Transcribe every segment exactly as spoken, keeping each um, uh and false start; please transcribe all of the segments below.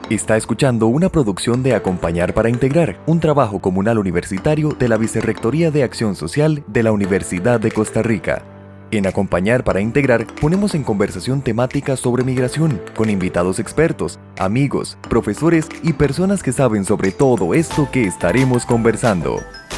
Está escuchando una producción de Acompañar para Integrar, un trabajo comunal universitario de la Vicerrectoría de Acción Social de la Universidad de Costa Rica. En Acompañar para Integrar ponemos en conversación temáticas sobre migración, con invitados expertos, amigos, profesores y personas que saben sobre todo esto que estaremos conversando.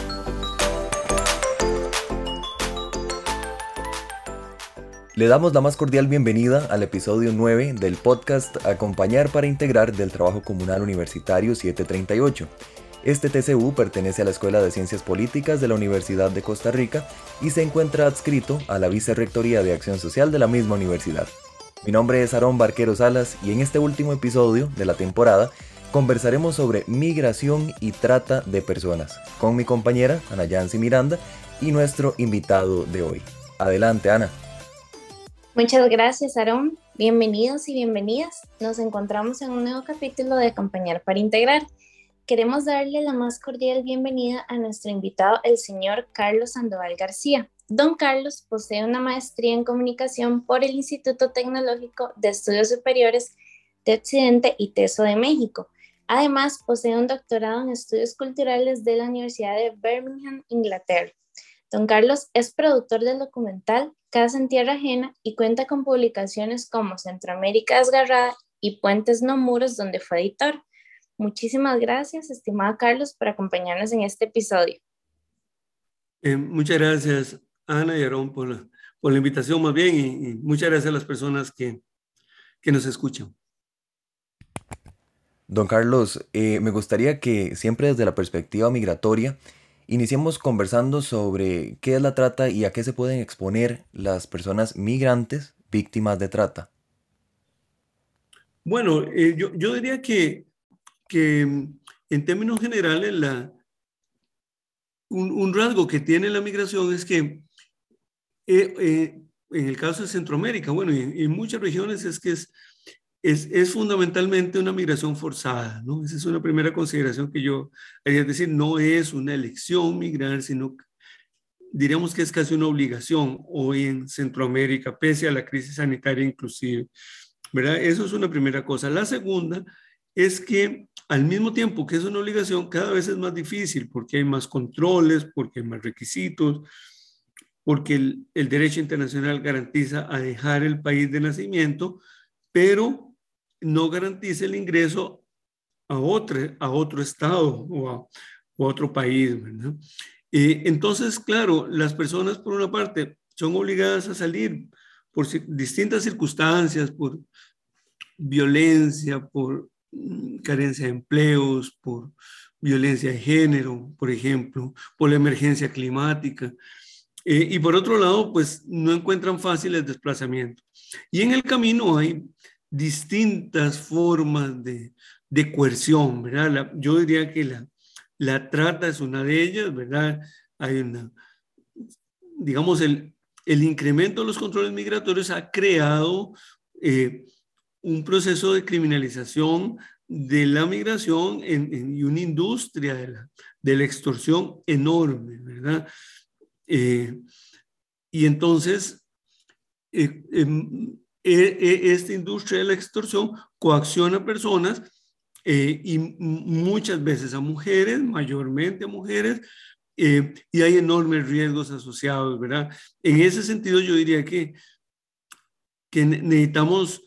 Le damos la más cordial bienvenida al episodio nueve del podcast Acompañar para Integrar del Trabajo Comunal Universitario setecientos treinta y ocho. Este T C U pertenece a la Escuela de Ciencias Políticas de la Universidad de Costa Rica y se encuentra adscrito a la Vicerrectoría de Acción Social de la misma universidad. Mi nombre es Aarón Barquero Salas y en este último episodio de la temporada conversaremos sobre migración y trata de personas con mi compañera Ana Yancy Miranda y nuestro invitado de hoy. Adelante, Ana. Muchas gracias, Aarón. Bienvenidos y bienvenidas. Nos encontramos en un nuevo capítulo de Acompañar para Integrar. Queremos darle la más cordial bienvenida a nuestro invitado, el señor Carlos Sandoval García. Don Carlos posee una maestría en comunicación por el Instituto Tecnológico de Estudios Superiores de Occidente y TESO de México. Además, posee un doctorado en estudios culturales de la Universidad de Birmingham, Inglaterra. Don Carlos es productor del documental Casa en Tierra Ajena y cuenta con publicaciones como Centroamérica Desgarrada y Puentes no Muros, donde fue editor. Muchísimas gracias, estimado Carlos, por acompañarnos en este episodio. Eh, muchas gracias, Ana y Aarón, por la, por la invitación más bien, y, y muchas gracias a las personas que, que nos escuchan. Don Carlos, eh, me gustaría que siempre desde la perspectiva migratoria iniciemos conversando sobre qué es la trata y a qué se pueden exponer las personas migrantes víctimas de trata. Bueno, eh, yo, yo diría que, que en términos generales la, un, un rasgo que tiene la migración es que eh, eh, en el caso de Centroamérica, bueno, y en, en muchas regiones es que es, es, es fundamentalmente una migración forzada, ¿no? Esa es una primera consideración que yo haría, es decir, no es una elección migrar, sino diríamos que es casi una obligación hoy en Centroamérica, pese a la crisis sanitaria inclusive, ¿verdad? Eso es una primera cosa. La segunda es que al mismo tiempo que es una obligación, cada vez es más difícil porque hay más controles, porque hay más requisitos, porque el, el derecho internacional garantiza a dejar el país de nacimiento, pero no garantiza el ingreso a otro, a otro estado o a, o a otro país, ¿verdad? Eh, entonces, claro, las personas por una parte son obligadas a salir por distintas circunstancias, por violencia, por mm, carencia de empleos, por violencia de género, por ejemplo, por la emergencia climática. Eh, y por otro lado, pues no encuentran fácil el desplazamiento. Y en el camino hay distintas formas de, de coerción, ¿verdad? La, yo diría que la, la trata es una de ellas, ¿verdad? Hay una, digamos, el, el incremento de los controles migratorios ha creado eh, un proceso de criminalización de la migración en, en, y una industria de la, de la extorsión enorme, ¿verdad? Eh, y entonces, eh, eh, eh, esta industria de la extorsión coacciona a personas eh, y muchas veces a mujeres, mayormente a mujeres, eh, y hay enormes riesgos asociados, ¿verdad? En ese sentido, yo diría que, que necesitamos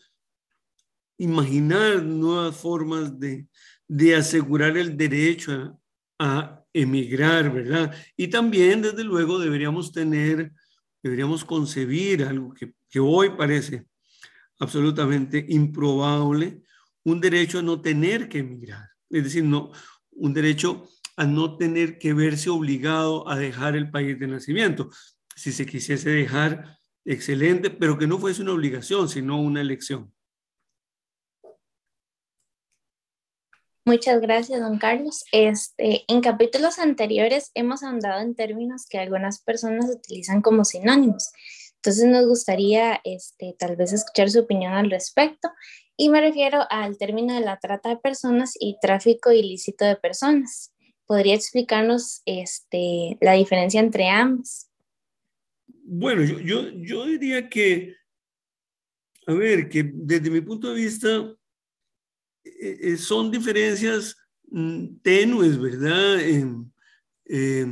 imaginar nuevas formas de, de asegurar el derecho a, a emigrar, ¿verdad? Y también, desde luego, deberíamos tener, deberíamos concebir algo que, que hoy parece absolutamente improbable, un derecho a no tener que emigrar, es decir, no, un derecho a no tener que verse obligado a dejar el país de nacimiento. Si se quisiese dejar, excelente, pero que no fuese una obligación, sino una elección. Muchas gracias, don Carlos. Este, en capítulos anteriores hemos ahondado en términos que algunas personas utilizan como sinónimos. Entonces nos gustaría este, tal vez escuchar su opinión al respecto. Y me refiero al término de la trata de personas y tráfico ilícito de personas. ¿Podría explicarnos este, la diferencia entre ambos? Bueno, yo, yo, yo diría que, a ver, que desde mi punto de vista, eh, son diferencias mm, tenues, ¿verdad? Eh, eh,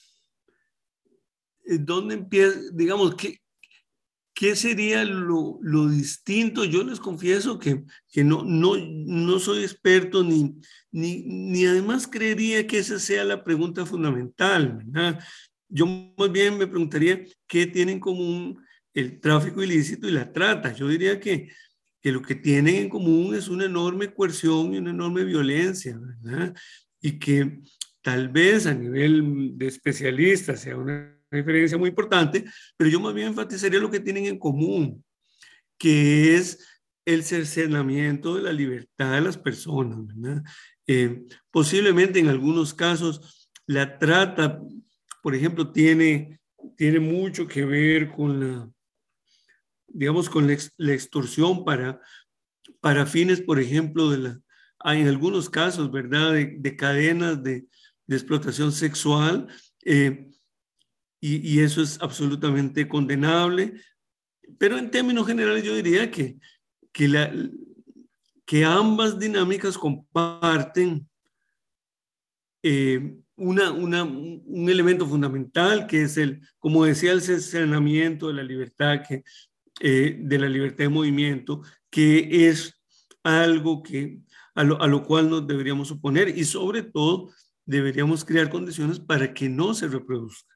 ¿Dónde empieza, digamos, qué, qué sería lo, lo distinto? Yo les confieso que, que no, no, no soy experto ni, ni, ni además creería que esa sea la pregunta fundamental, ¿verdad? Yo más bien me preguntaría qué tienen en común el tráfico ilícito y la trata. Yo diría que, que lo que tienen en común es una enorme coerción y una enorme violencia, ¿verdad? Y que tal vez a nivel de especialistas sea una diferencia muy importante, pero yo más bien enfatizaría lo que tienen en común, que es el cercenamiento de la libertad de las personas, ¿verdad? Eh, posiblemente en algunos casos la trata, por ejemplo, tiene, tiene mucho que ver con la, digamos, con la, ex, la extorsión para, para fines, por ejemplo, de la, hay en algunos casos, ¿verdad?, de, de cadenas de, de explotación sexual, eh, y, y eso es absolutamente condenable, pero en términos generales yo diría que, que, la, que ambas dinámicas comparten eh, una, una, un elemento fundamental que es el, como decía, el cercenamiento de la libertad, que, eh, de la libertad de movimiento, que es algo que, a, lo, a lo cual nos deberíamos oponer y sobre todo deberíamos crear condiciones para que no se reproduzca.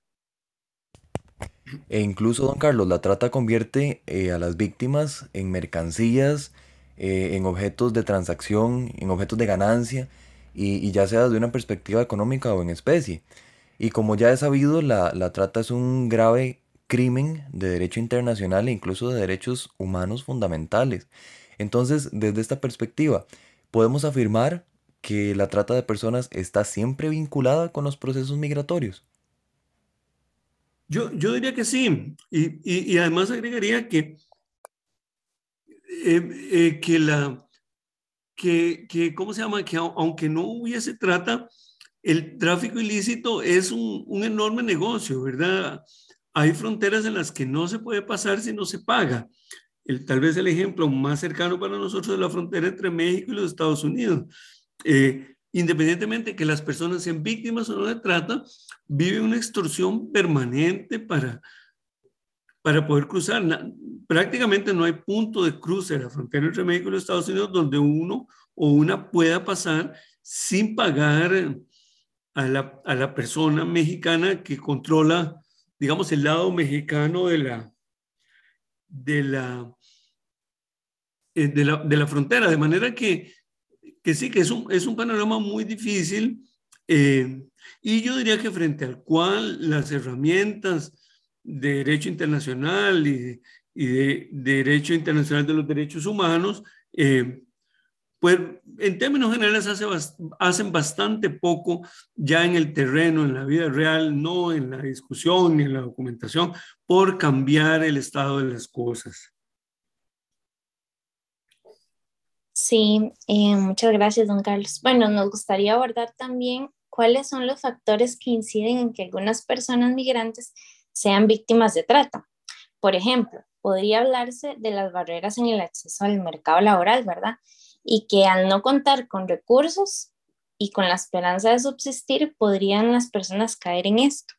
E incluso, don Carlos, la trata convierte eh, a las víctimas en mercancías, eh, en objetos de transacción, en objetos de ganancia, y, y ya sea de una perspectiva económica o en especie. Y como ya es sabido, la, la trata es un grave crimen de derecho internacional e incluso de derechos humanos fundamentales. Entonces, desde esta perspectiva, podemos afirmar que la trata de personas está siempre vinculada con los procesos migratorios. Yo, yo diría que sí, y, y, y además agregaría que, eh, eh, que la, que, que, ¿cómo se llama? Que aunque no hubiese trata, el tráfico ilícito es un, un enorme negocio, ¿verdad? Hay fronteras en las que no se puede pasar si no se paga. El, tal vez el ejemplo más cercano para nosotros es la frontera entre México y los Estados Unidos. Eh, independientemente de que las personas sean víctimas o no de trata, vive una extorsión permanente para, para poder cruzar. Na, prácticamente no hay punto de cruce de la frontera entre México y los Estados Unidos donde uno o una pueda pasar sin pagar a la, a la persona mexicana que controla, digamos, el lado mexicano de la, de la, eh, de la, de la frontera. De manera que, que sí, que es un, es un panorama muy difícil. Eh, y yo diría que frente al cual las herramientas de derecho internacional y de, y de, de derecho internacional de los derechos humanos, eh, pues en términos generales hace, hacen bastante poco ya en el terreno, en la vida real, no en la discusión ni en la documentación, por cambiar el estado de las cosas. Sí, eh, muchas gracias, don Carlos. Bueno, nos gustaría abordar también cuáles son los factores que inciden en que algunas personas migrantes sean víctimas de trata. Por ejemplo, podría hablarse de las barreras en el acceso al mercado laboral, ¿verdad? Y que al no contar con recursos y con la esperanza de subsistir, podrían las personas caer en esto.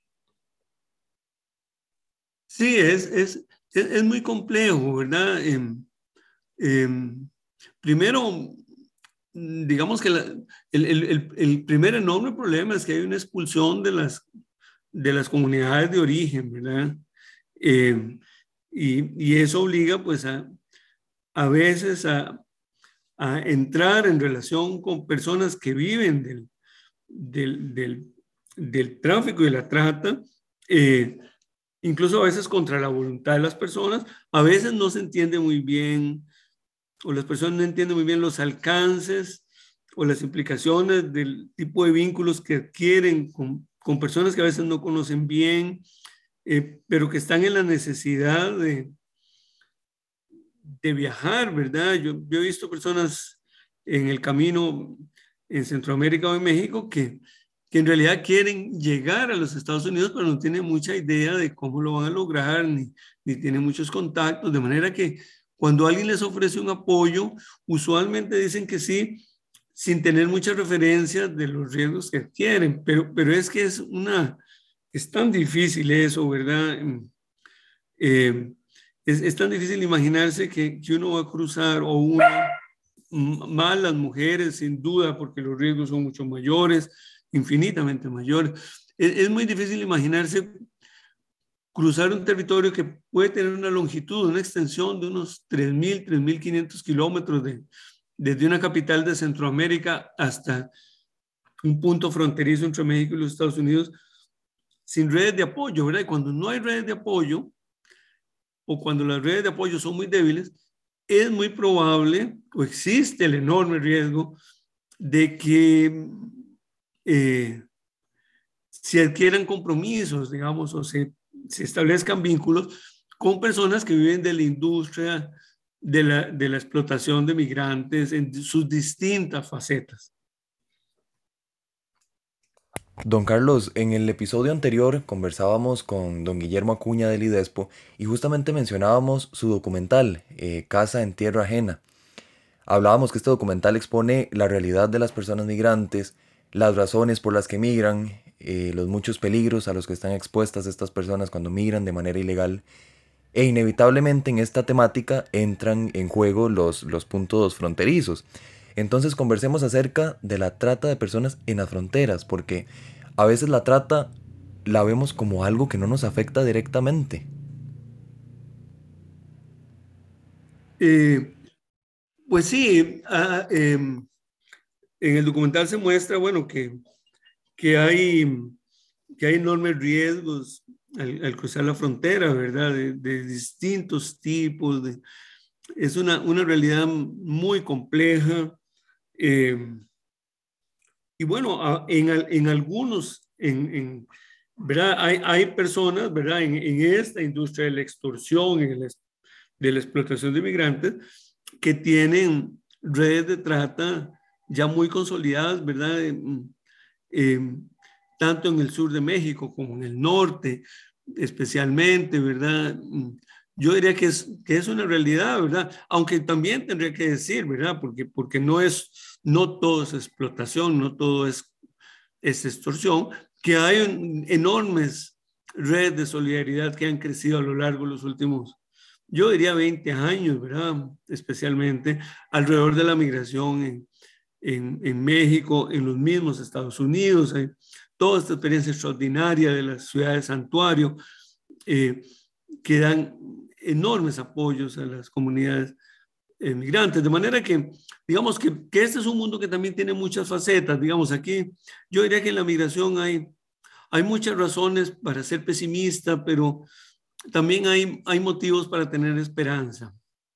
Sí, es, es, es, es muy complejo, ¿verdad? Eh, eh, primero, digamos que la, el, el, el primer enorme problema es que hay una expulsión de las, de las comunidades de origen, ¿verdad? Eh, y, y eso obliga pues a, a veces a, a entrar en relación con personas que viven del, del, del, del tráfico y de la trata, eh, incluso a veces contra la voluntad de las personas. A veces no se entiende muy bien, o las personas no entienden muy bien los alcances o las implicaciones del tipo de vínculos que adquieren con, con personas que a veces no conocen bien, eh, pero que están en la necesidad de, de viajar, ¿verdad? Yo, yo he visto personas en el camino en Centroamérica o en México que, que en realidad quieren llegar a los Estados Unidos, pero no tienen mucha idea de cómo lo van a lograr, ni, ni tienen muchos contactos, de manera que cuando alguien les ofrece un apoyo, usualmente dicen que sí, sin tener muchas referencias de los riesgos que adquieren, pero, pero es que es una, es tan difícil eso, ¿verdad? Eh, es, es tan difícil imaginarse que, que uno va a cruzar o una, más las mujeres, sin duda, porque los riesgos son mucho mayores, infinitamente mayores. Es, es muy difícil imaginarse cruzar un territorio que puede tener una longitud, una extensión de unos tres mil, tres mil quinientos kilómetros de, desde una capital de Centroamérica hasta un punto fronterizo entre México y los Estados Unidos, sin redes de apoyo, ¿verdad? Y cuando no hay redes de apoyo, o cuando las redes de apoyo son muy débiles, es muy probable, o existe el enorme riesgo, de que eh, se adquieran compromisos, digamos, o se, se establezcan vínculos con personas que viven de la industria de la, de la explotación de migrantes en sus distintas facetas. Don Carlos, en el episodio anterior conversábamos con don Guillermo Acuña del IDESPO y justamente mencionábamos su documental, eh, Casa en Tierra Ajena. Hablábamos que este documental expone la realidad de las personas migrantes, las razones por las que migran, eh, los muchos peligros a los que están expuestas estas personas cuando migran de manera ilegal. E inevitablemente en esta temática entran en juego los, los puntos fronterizos. Entonces conversemos acerca de la trata de personas en las fronteras, porque a veces la trata la vemos como algo que no nos afecta directamente. Eh, pues sí, ah, eh, en el documental se muestra, bueno, que, que, hay, que hay enormes riesgos al, al cruzar la frontera, ¿verdad? De, de distintos tipos. De, es una, una realidad muy compleja. Eh, y bueno, a, en, en algunos, en, en, ¿verdad? Hay, hay personas, ¿verdad? En, en esta industria de la extorsión, en el, de la explotación de migrantes, que tienen redes de trata ya muy consolidadas, ¿verdad? Eh, eh, tanto en el sur de México como en el norte, especialmente, ¿verdad? Yo diría que es, que es una realidad, ¿verdad? Aunque también tendría que decir, ¿verdad? Porque, porque no es, no todo es explotación, no todo es, es extorsión, que hay un, enormes redes de solidaridad que han crecido a lo largo de los últimos, yo diría veinte años, ¿verdad? Especialmente alrededor de la migración en, en, en México, en los mismos Estados Unidos, hay toda esta experiencia extraordinaria de las ciudades santuario, eh, que dan enormes apoyos a las comunidades eh, migrantes, de manera que, digamos que, que este es un mundo que también tiene muchas facetas, digamos, aquí yo diría que en la migración hay, hay muchas razones para ser pesimista, pero también hay, hay motivos para tener esperanza.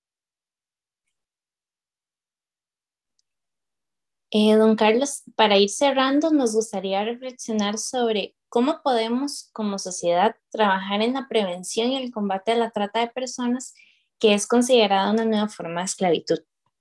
Eh, don Carlos, para ir cerrando, nos gustaría reflexionar sobre cómo podemos como sociedad trabajar en la prevención y el combate a la trata de personas, que es considerada una nueva forma de esclavitud.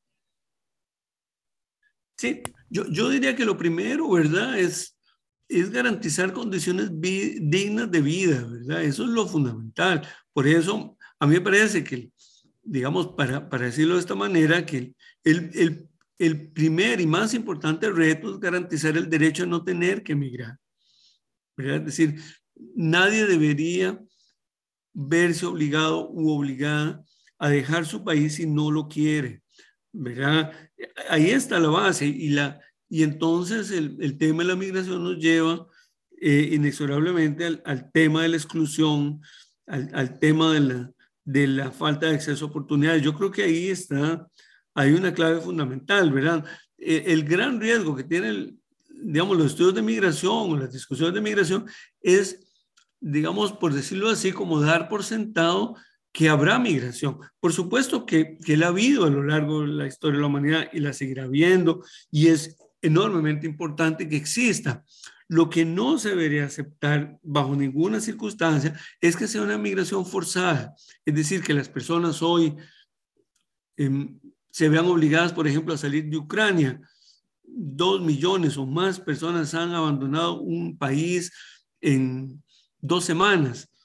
Sí, yo, yo diría que lo primero, ¿verdad? Es, es garantizar condiciones vi, dignas de vida, ¿verdad? Eso es lo fundamental. Por eso, a mí me parece que, digamos, para, para decirlo de esta manera, que el, el, el primer y más importante reto es garantizar el derecho a no tener que emigrar, ¿verdad? Es decir, nadie debería verse obligado u obligada a dejar su país si no lo quiere, ¿verdad? Ahí está la base y, la, y entonces el, el tema de la migración nos lleva eh, inexorablemente al, al tema de la exclusión, al, al tema de la, de la falta de acceso a oportunidades. Yo creo que ahí está, hay una clave fundamental, ¿verdad? Eh, el gran riesgo que tienen, digamos, los estudios de migración o las discusiones de migración es, digamos, por decirlo así, como dar por sentado que habrá migración. Por supuesto que, que la ha habido a lo largo de la historia de la humanidad y la seguirá habiendo, y es enormemente importante que exista. Lo que no se debería aceptar bajo ninguna circunstancia es que sea una migración forzada, es decir, que las personas hoy eh, se vean obligadas, por ejemplo, a salir de Ucrania. Dos millones o más personas han abandonado un país en dos semanas.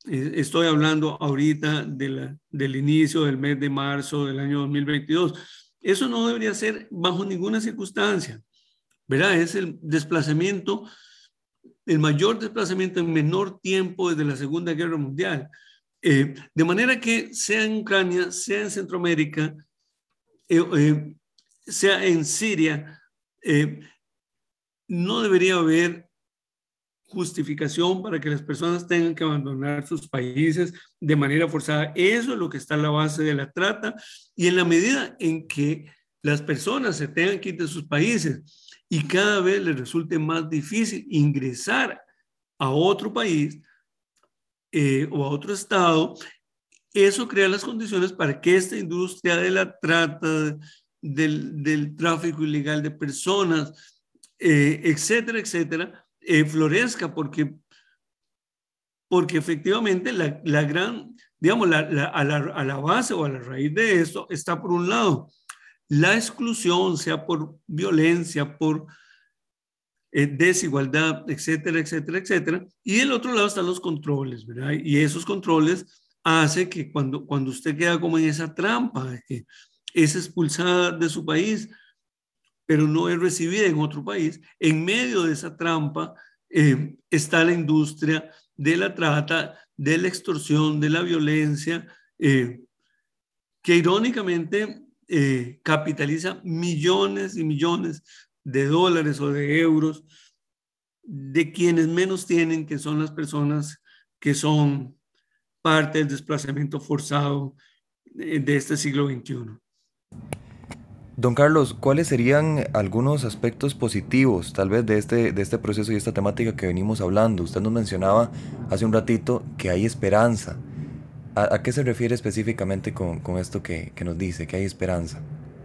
eh, estoy hablando ahorita de la, del inicio del mes de marzo del año dos mil veintidós. Eso no debería ser bajo ninguna circunstancia, ¿verdad? Es el desplazamiento, el mayor desplazamiento en menor tiempo desde la Segunda Guerra Mundial. Eh, de manera que sea en Ucrania, sea en Centroamérica, eh, eh, sea en Siria, eh, no debería haber justificación para que las personas tengan que abandonar sus países de manera forzada. Eso es lo que está a la base de la trata, y en la medida en que las personas se tengan que ir de sus países y cada vez les resulte más difícil ingresar a otro país eh, o a otro estado, eso crea las condiciones para que esta industria de la trata, del, del tráfico ilegal de personas, eh, etcétera, etcétera, eh, florezca, porque, porque efectivamente la, la gran, digamos, la, la, a, la, a la base o a la raíz de esto está, por un lado, la exclusión, sea por violencia, por eh, desigualdad, etcétera, etcétera, etcétera. Y del otro lado están los controles, ¿verdad? Y esos controles hace que cuando, cuando usted queda como en esa trampa de que es expulsada de su país, pero no es recibida en otro país, en medio de esa trampa eh, está la industria de la trata, de la extorsión, de la violencia, eh, que irónicamente eh, capitaliza millones y millones de dólares o de euros de quienes menos tienen, que son las personas que son parte del desplazamiento forzado de este siglo veintiuno. Don Carlos, ¿cuáles serían algunos aspectos positivos tal vez de este, de este proceso y esta temática que venimos hablando? Usted nos mencionaba hace un ratito que hay esperanza. ¿A, a qué se refiere específicamente con, con esto que, que nos dice, que hay esperanza?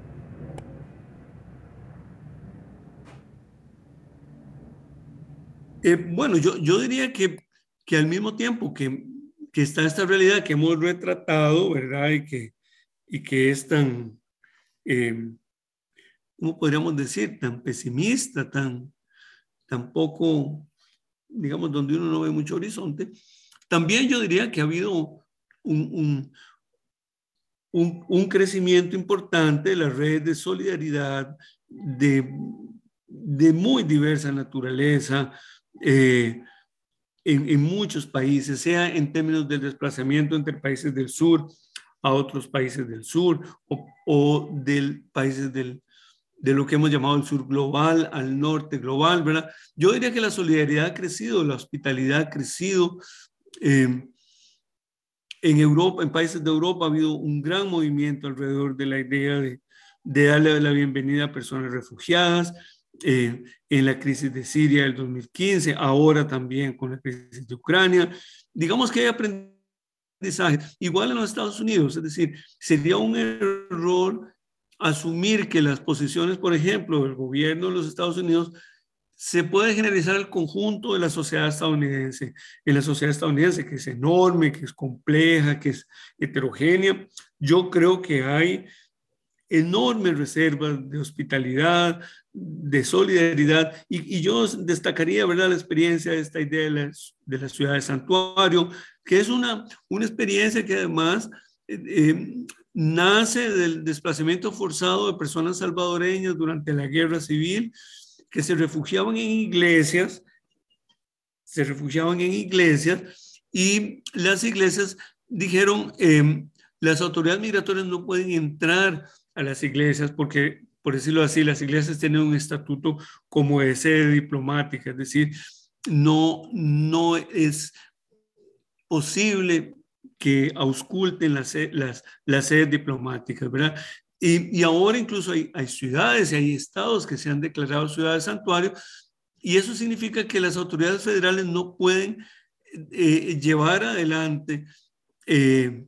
Eh, bueno, yo, yo diría que, que al mismo tiempo que, que está esta realidad que hemos retratado, ¿verdad? Y que, y que es tan, eh, ¿cómo podríamos decir? Tan pesimista, tan, tan poco, digamos, donde uno no ve mucho horizonte. También yo diría que ha habido un, un, un, un crecimiento importante de las redes de solidaridad de, de muy diversa naturaleza, eh, En, en, muchos países, sea en términos del desplazamiento entre países del sur a otros países del sur, o, o del países del, de lo que hemos llamado el sur global al norte global, ¿verdad? Yo diría que la solidaridad ha crecido, la hospitalidad ha crecido. Eh, en Europa, en países de Europa ha habido un gran movimiento alrededor de la idea de, de darle la bienvenida a personas refugiadas. Eh, en la crisis de Siria del dos mil quince, ahora también con la crisis de Ucrania. Digamos que hay aprendizaje, igual en los Estados Unidos, es decir, sería un error asumir que las posiciones, por ejemplo, del gobierno de los Estados Unidos se puede generalizar el conjunto de la sociedad estadounidense. En la sociedad estadounidense, que es enorme, que es compleja, que es heterogénea, yo creo que hay enormes reservas de hospitalidad, de solidaridad, y, y yo destacaría, ¿verdad?, la experiencia de esta idea de la, de la ciudad de santuario, que es una, una experiencia que además eh, eh, nace del desplazamiento forzado de personas salvadoreñas durante la guerra civil, que se refugiaban en iglesias, se refugiaban en iglesias, y las iglesias dijeron, eh, las autoridades migratorias no pueden entrar a las iglesias porque, por decirlo así, las iglesias tienen un estatuto como de sede diplomática, es decir, no, no es posible que ausculten las, las, las sedes diplomáticas, ¿verdad? Y, y ahora incluso hay, hay ciudades y hay estados que se han declarado ciudades santuario, y eso significa que las autoridades federales no pueden eh, llevar adelante eh,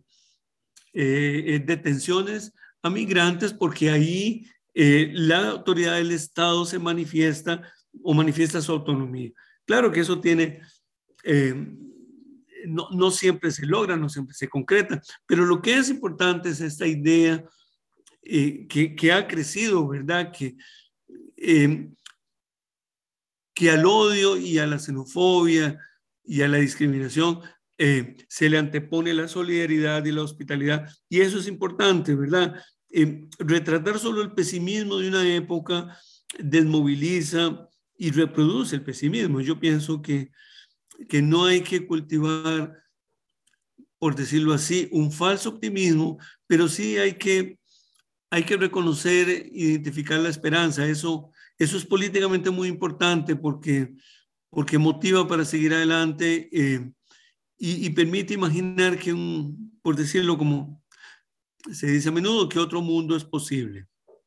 eh, detenciones a migrantes porque ahí eh, la autoridad del Estado se manifiesta o manifiesta su autonomía. Claro que eso tiene, eh, no, no siempre se logra, no siempre se concreta, pero lo que es importante es esta idea eh, que, que ha crecido, ¿verdad? Que, eh, que al odio y a la xenofobia y a la discriminación eh, se le antepone la solidaridad y la hospitalidad, y eso es importante, ¿verdad? Eh, retratar solo el pesimismo de una época desmoviliza y reproduce el pesimismo. Yo pienso que, que no hay que cultivar, por decirlo así, un falso optimismo, pero sí hay que, hay que reconocer, identificar la esperanza. Eso, eso es políticamente muy importante porque, porque motiva para seguir adelante eh, y, y permite imaginar que, un, por decirlo como se dice a menudo, que otro mundo es posible.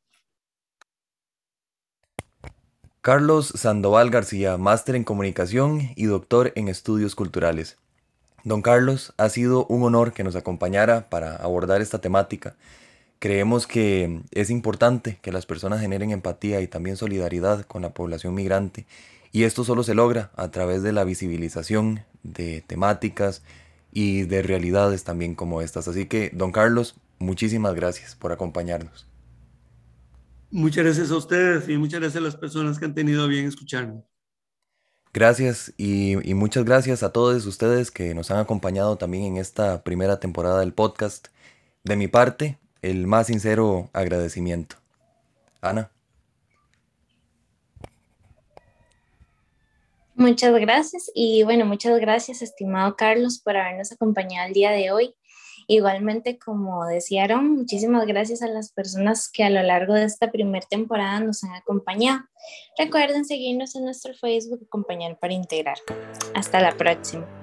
Carlos Sandoval García, máster en comunicación y doctor en estudios culturales. Don Carlos, ha sido un honor que nos acompañara para abordar esta temática. Creemos que es importante que las personas generen empatía y también solidaridad con la población migrante, y esto solo se logra a través de la visibilización de temáticas y de realidades también como estas. Así que, don Carlos, muchísimas gracias por acompañarnos. Muchas gracias a ustedes y muchas gracias a las personas que han tenido a bien escucharnos. Gracias y, y muchas gracias a todos ustedes que nos han acompañado también en esta primera temporada del podcast. De mi parte, el más sincero agradecimiento. Ana. Muchas gracias y bueno, muchas gracias, estimado Carlos, por habernos acompañado el día de hoy. Igualmente, como decía Aaron, muchísimas gracias a las personas que a lo largo de esta primera temporada nos han acompañado. Recuerden seguirnos en nuestro Facebook Acompañar para Integrar. Hasta la próxima.